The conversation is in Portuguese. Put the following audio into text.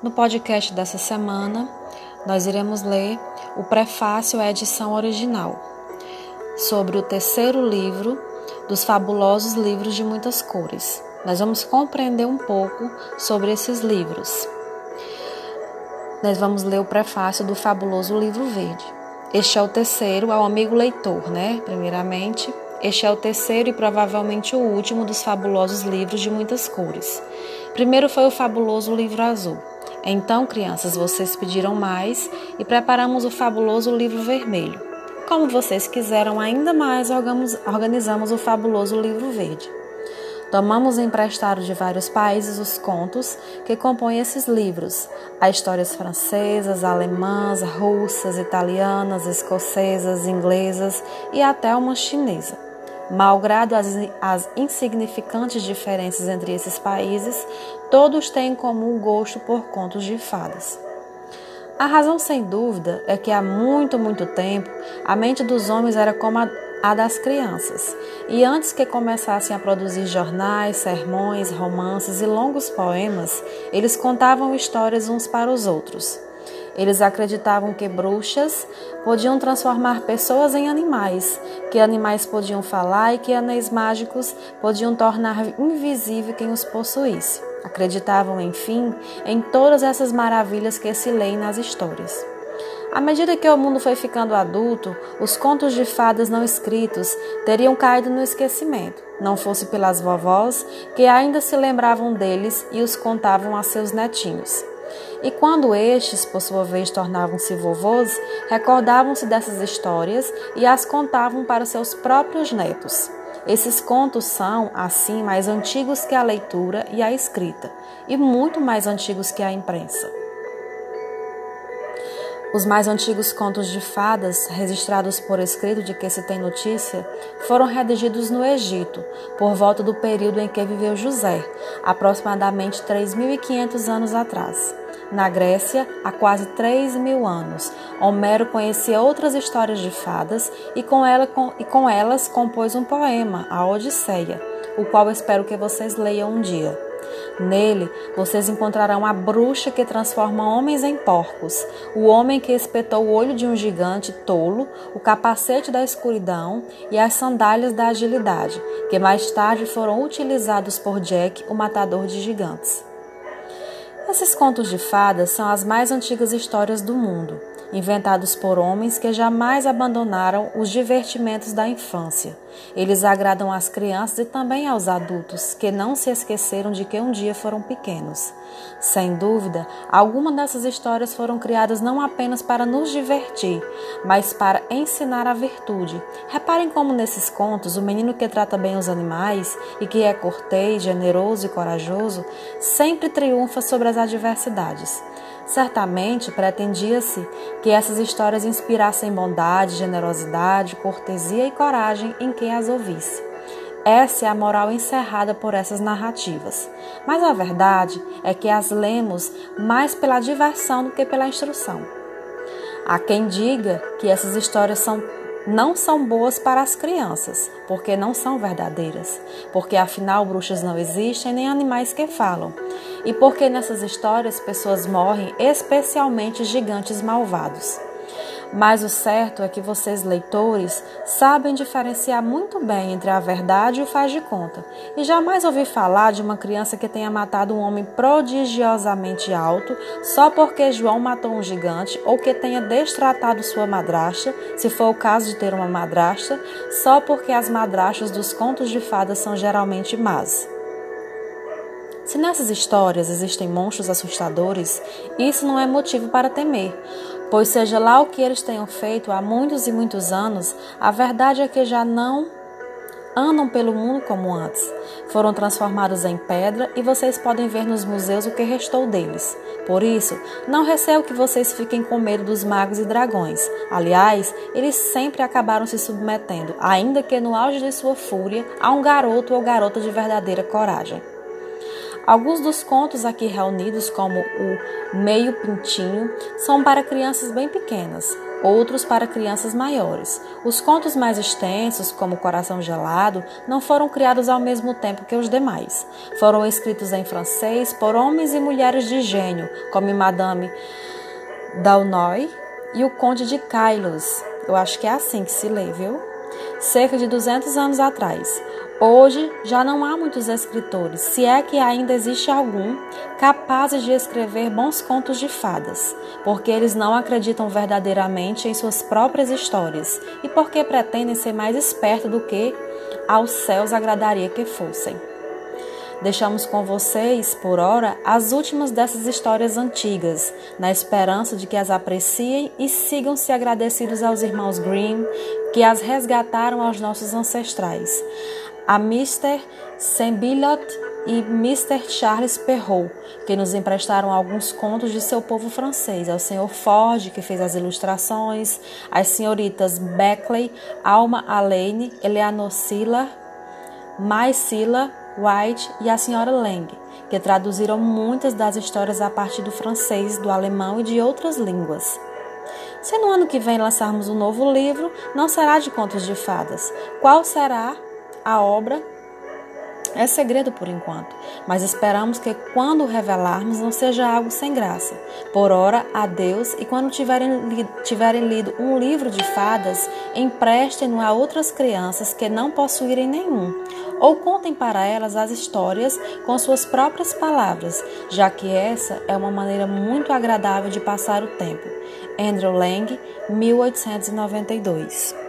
No podcast dessa semana, nós iremos ler o prefácio à edição original, sobre o terceiro livro dos fabulosos livros de muitas cores. Nós vamos compreender um pouco sobre esses livros. Nós vamos ler o prefácio do fabuloso livro verde. Este é o terceiro, ao amigo leitor, Primeiramente, este é o terceiro e provavelmente o último dos fabulosos livros de muitas cores. Primeiro foi o fabuloso livro azul. Então, crianças, vocês pediram mais e preparamos o fabuloso livro vermelho. Como vocês quiseram ainda mais, organizamos o fabuloso livro verde. Tomamos emprestado de vários países os contos que compõem esses livros. Há histórias francesas, alemãs, russas, italianas, escocesas, inglesas e até uma chinesa. Malgrado as insignificantes diferenças entre esses países, todos têm em comum o gosto por contos de fadas. A razão, sem dúvida, é que há muito tempo a mente dos homens era como a das crianças, e antes que começassem a produzir jornais, sermões, romances e longos poemas, eles contavam histórias uns para os outros. Eles acreditavam que bruxas podiam transformar pessoas em animais, que animais podiam falar e que anéis mágicos podiam tornar invisível quem os possuísse. Acreditavam, enfim, em todas essas maravilhas que se leem nas histórias. À medida que o mundo foi ficando adulto, os contos de fadas não escritos teriam caído no esquecimento, não fosse pelas vovós que ainda se lembravam deles e os contavam a seus netinhos. E quando estes, por sua vez, tornavam-se vovôs, recordavam-se dessas histórias e as contavam para seus próprios netos. Esses contos são, assim, mais antigos que a leitura e a escrita, e muito mais antigos que a imprensa. Os mais antigos contos de fadas, registrados por escrito de que se tem notícia, foram redigidos no Egito, por volta do período em que viveu José, aproximadamente 3.500 anos atrás. Na Grécia, há quase 3.000 anos, Homero conhecia outras histórias de fadas e com elas compôs um poema, a Odisseia, o qual espero que vocês leiam um dia. Nele, vocês encontrarão a bruxa que transforma homens em porcos, o homem que espetou o olho de um gigante tolo, o capacete da escuridão e as sandálias da agilidade, que mais tarde foram utilizados por Jack, o matador de gigantes. Esses contos de fadas são as mais antigas histórias do mundo, inventados por homens que jamais abandonaram os divertimentos da infância. Eles agradam às crianças e também aos adultos, que não se esqueceram de que um dia foram pequenos. Sem dúvida, algumas dessas histórias foram criadas não apenas para nos divertir, mas para ensinar a virtude. Reparem como nesses contos, o menino que trata bem os animais e que é cortês, generoso e corajoso, sempre triunfa sobre as adversidades. Certamente pretendia-se que essas histórias inspirassem bondade, generosidade, cortesia e coragem em quem as ouvisse. Essa é a moral encerrada por essas narrativas. Mas a verdade é que as lemos mais pela diversão do que pela instrução. Há quem diga que essas histórias não são boas para as crianças, porque não são verdadeiras, porque afinal bruxas não existem nem animais que falam, e porque nessas histórias pessoas morrem, especialmente gigantes malvados. Mas o certo é que vocês, leitores, sabem diferenciar muito bem entre a verdade e o faz de conta, e jamais ouvi falar de uma criança que tenha matado um homem prodigiosamente alto só porque João matou um gigante, ou que tenha destratado sua madrasta, se for o caso de ter uma madrasta, só porque as madrastas dos contos de fadas são geralmente más. Se nessas histórias existem monstros assustadores, isso não é motivo para temer, pois seja lá o que eles tenham feito há muitos e muitos anos, a verdade é que já não andam pelo mundo como antes. Foram transformados em pedra e vocês podem ver nos museus o que restou deles. Por isso, não receio que vocês fiquem com medo dos magos e dragões. Aliás, eles sempre acabaram se submetendo, ainda que no auge de sua fúria, a um garoto ou garota de verdadeira coragem. Alguns dos contos aqui reunidos, como o Meio Pintinho, são para crianças bem pequenas. outros para crianças maiores. Os contos mais extensos, como Coração Gelado, não foram criados ao mesmo tempo que os demais. Foram escritos em francês por homens e mulheres de gênio, como Madame d'Aulnoy e o Conde de Caylus. Eu acho que é assim que se lê, viu? Cerca de 200 anos atrás. Hoje já não há muitos escritores, se é que ainda existe algum, capazes de escrever bons contos de fadas, porque eles não acreditam verdadeiramente em suas próprias histórias e porque pretendem ser mais espertos do que aos céus agradaria que fossem. Deixamos com vocês, por ora, as últimas dessas histórias antigas, na esperança de que as apreciem e sigam-se agradecidos aos irmãos Grimm, que as resgataram aos nossos ancestrais, a Mr. Sembillot e Mr. Charles Perrault, que nos emprestaram alguns contos de seu povo francês, ao Sr. Ford, que fez as ilustrações, às senhoritas Beckley, Alma Alaine, Eleanor Silla, Mai Silla, White e a senhora Lang, que traduziram muitas das histórias a partir do francês, do alemão e de outras línguas. Se no ano que vem lançarmos um novo livro, não será de contos de fadas. Qual será a obra? É segredo por enquanto, mas esperamos que quando o revelarmos não seja algo sem graça. Por ora, adeus, e quando tiverem lido um livro de fadas, emprestem-no a outras crianças que não possuírem nenhum, ou contem para elas as histórias com suas próprias palavras, já que essa é uma maneira muito agradável de passar o tempo. Andrew Lang, 1892.